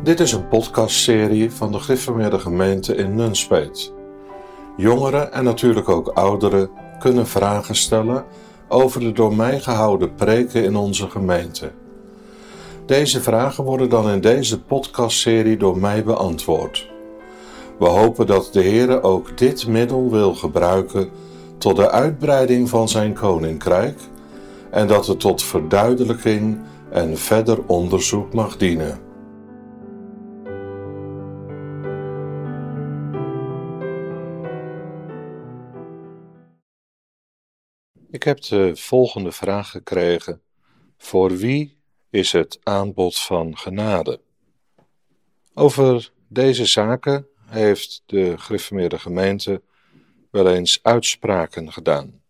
Dit is een podcastserie van de Gereformeerde Gemeente in Nunspeet. Jongeren en natuurlijk ook ouderen kunnen vragen stellen over de door mij gehouden preken in onze gemeente. Deze vragen worden dan in deze podcastserie door mij beantwoord. We hopen dat de Heer ook dit middel wil gebruiken tot de uitbreiding van zijn koninkrijk en dat het tot verduidelijking en verder onderzoek mag dienen. Ik heb de volgende vraag gekregen: voor wie is het aanbod van genade? Over deze zaken heeft de Gereformeerde Gemeente wel eens uitspraken gedaan.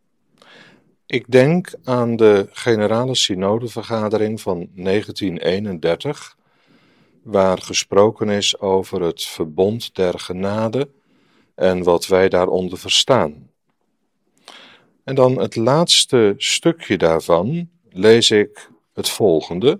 Ik denk aan de Generale Synodevergadering van 1931, waar gesproken is over het verbond der genade en wat wij daaronder verstaan. En dan het laatste stukje daarvan lees ik het volgende: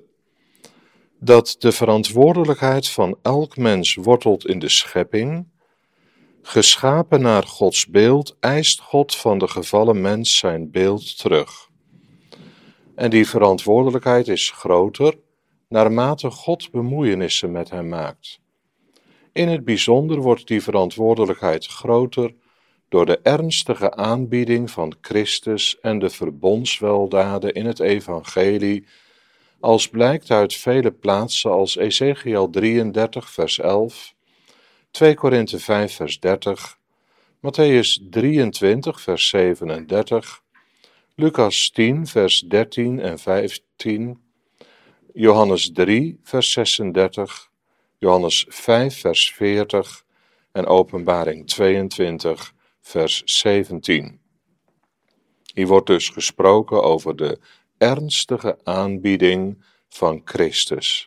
dat de verantwoordelijkheid van elk mens wortelt in de schepping. Geschapen naar Gods beeld eist God van de gevallen mens zijn beeld terug. En die verantwoordelijkheid is groter naarmate God bemoeienissen met hem maakt. In het bijzonder wordt die verantwoordelijkheid groter door de ernstige aanbieding van Christus en de verbondsweldaden in het evangelie, als blijkt uit vele plaatsen als Ezechiel 33 vers 11, 2 Korinthe 5 vers 30, Matthäus 23 vers 37, Lucas 10 vers 13 en 15, Johannes 3 vers 36, Johannes 5 vers 40 en Openbaring 22 vers 17. Hier wordt dus gesproken over de ernstige aanbieding van Christus.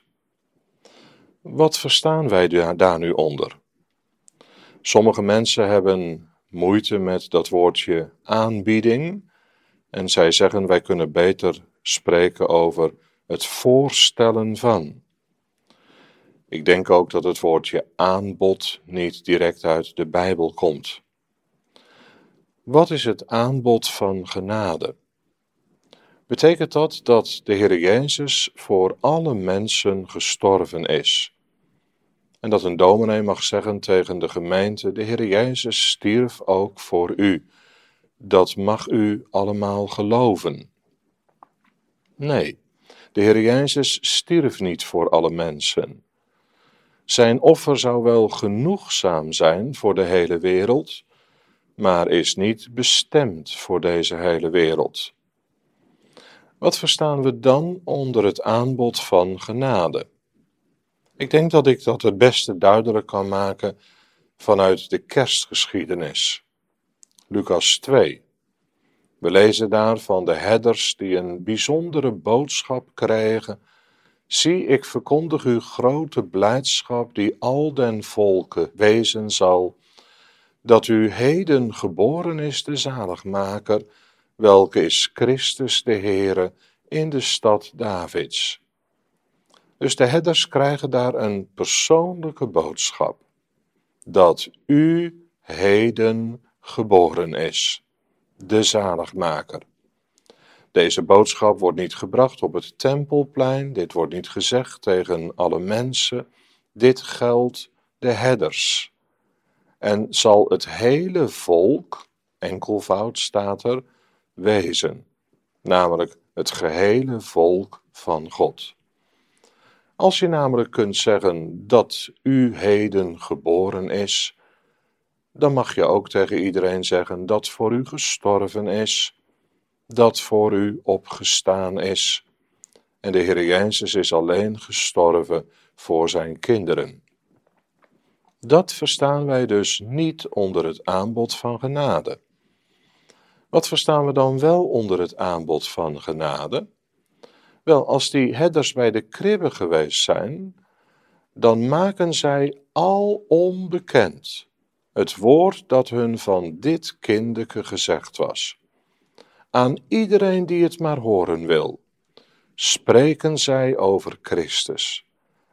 Wat verstaan wij daar nu onder? Sommige mensen hebben moeite met dat woordje aanbieding en zij zeggen wij kunnen beter spreken over het voorstellen van. Ik denk ook dat het woordje aanbod niet direct uit de Bijbel komt. Wat is het aanbod van genade? Betekent dat de Heer Jezus voor alle mensen gestorven is? En dat een dominee mag zeggen tegen de gemeente: de Heer Jezus stierf ook voor u. Dat mag u allemaal geloven. Nee, de Heer Jezus stierf niet voor alle mensen. Zijn offer zou wel genoegzaam zijn voor de hele wereld, maar is niet bestemd voor deze hele wereld. Wat verstaan we dan onder het aanbod van genade? Ik denk dat ik dat het beste duidelijk kan maken vanuit de kerstgeschiedenis. Lucas 2. We lezen daar van de herders die een bijzondere boodschap kregen: zie, ik verkondig u grote blijdschap die al den volken wezen zal, dat u heden geboren is de zaligmaker, welke is Christus de Heere in de stad Davids. Dus de herders krijgen daar een persoonlijke boodschap, dat u heden geboren is, de zaligmaker. Deze boodschap wordt niet gebracht op het tempelplein, dit wordt niet gezegd tegen alle mensen, dit geldt de herders. En zal het hele volk, enkelvoud staat er, wezen, namelijk het gehele volk van God. Als je namelijk kunt zeggen dat u heden geboren is, dan mag je ook tegen iedereen zeggen dat voor u gestorven is, dat voor u opgestaan is. En de Heer Jezus is alleen gestorven voor zijn kinderen. Dat verstaan wij dus niet onder het aanbod van genade. Wat verstaan we dan wel onder het aanbod van genade? Wel, als die herders bij de kribbe geweest zijn, dan maken zij al onbekend het woord dat hun van dit kindeke gezegd was. Aan iedereen die het maar horen wil, spreken zij over Christus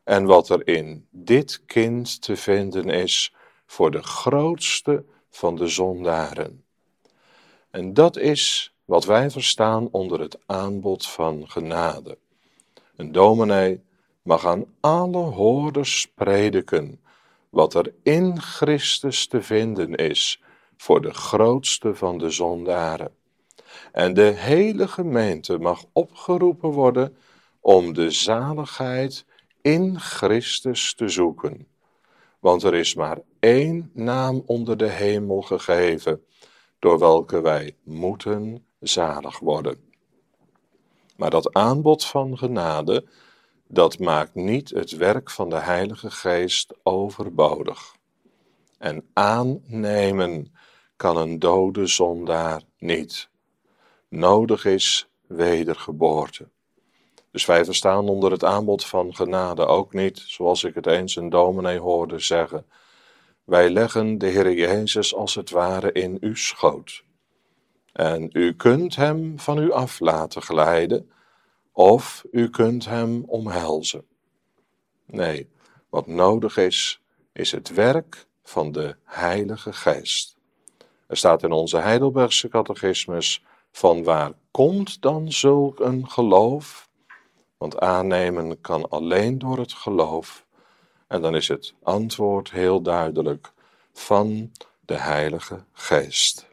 en wat er in dit kind te vinden is voor de grootste van de zondaren. En dat is wat wij verstaan onder het aanbod van genade. Een dominee mag aan alle hoorders prediken wat er in Christus te vinden is voor de grootste van de zondaren. En de hele gemeente mag opgeroepen worden om de zaligheid in Christus te zoeken. Want er is maar één naam onder de hemel gegeven, door welke wij moeten zalig worden. Maar dat aanbod van genade, dat maakt niet het werk van de Heilige Geest overbodig. En aannemen kan een dode zondaar niet. Nodig is wedergeboorte. Dus wij verstaan onder het aanbod van genade ook niet, zoals ik het eens een dominee hoorde zeggen, wij leggen de Heer Jezus als het ware in uw schoot. En u kunt hem van u af laten glijden, of u kunt hem omhelzen. Nee, wat nodig is het werk van de Heilige Geest. Er staat in onze Heidelbergse catechismus, van waar komt dan zulk een geloof? Want aannemen kan alleen door het geloof. En dan is het antwoord heel duidelijk, van de Heilige Geest.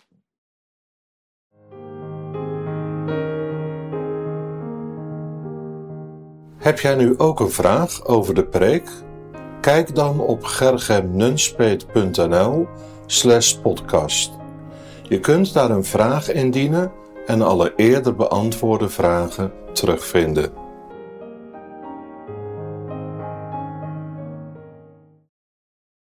Heb jij nu ook een vraag over de preek? Kijk dan op gergemnunspeet.nl/podcast. Je kunt daar een vraag indienen en alle eerder beantwoorde vragen terugvinden.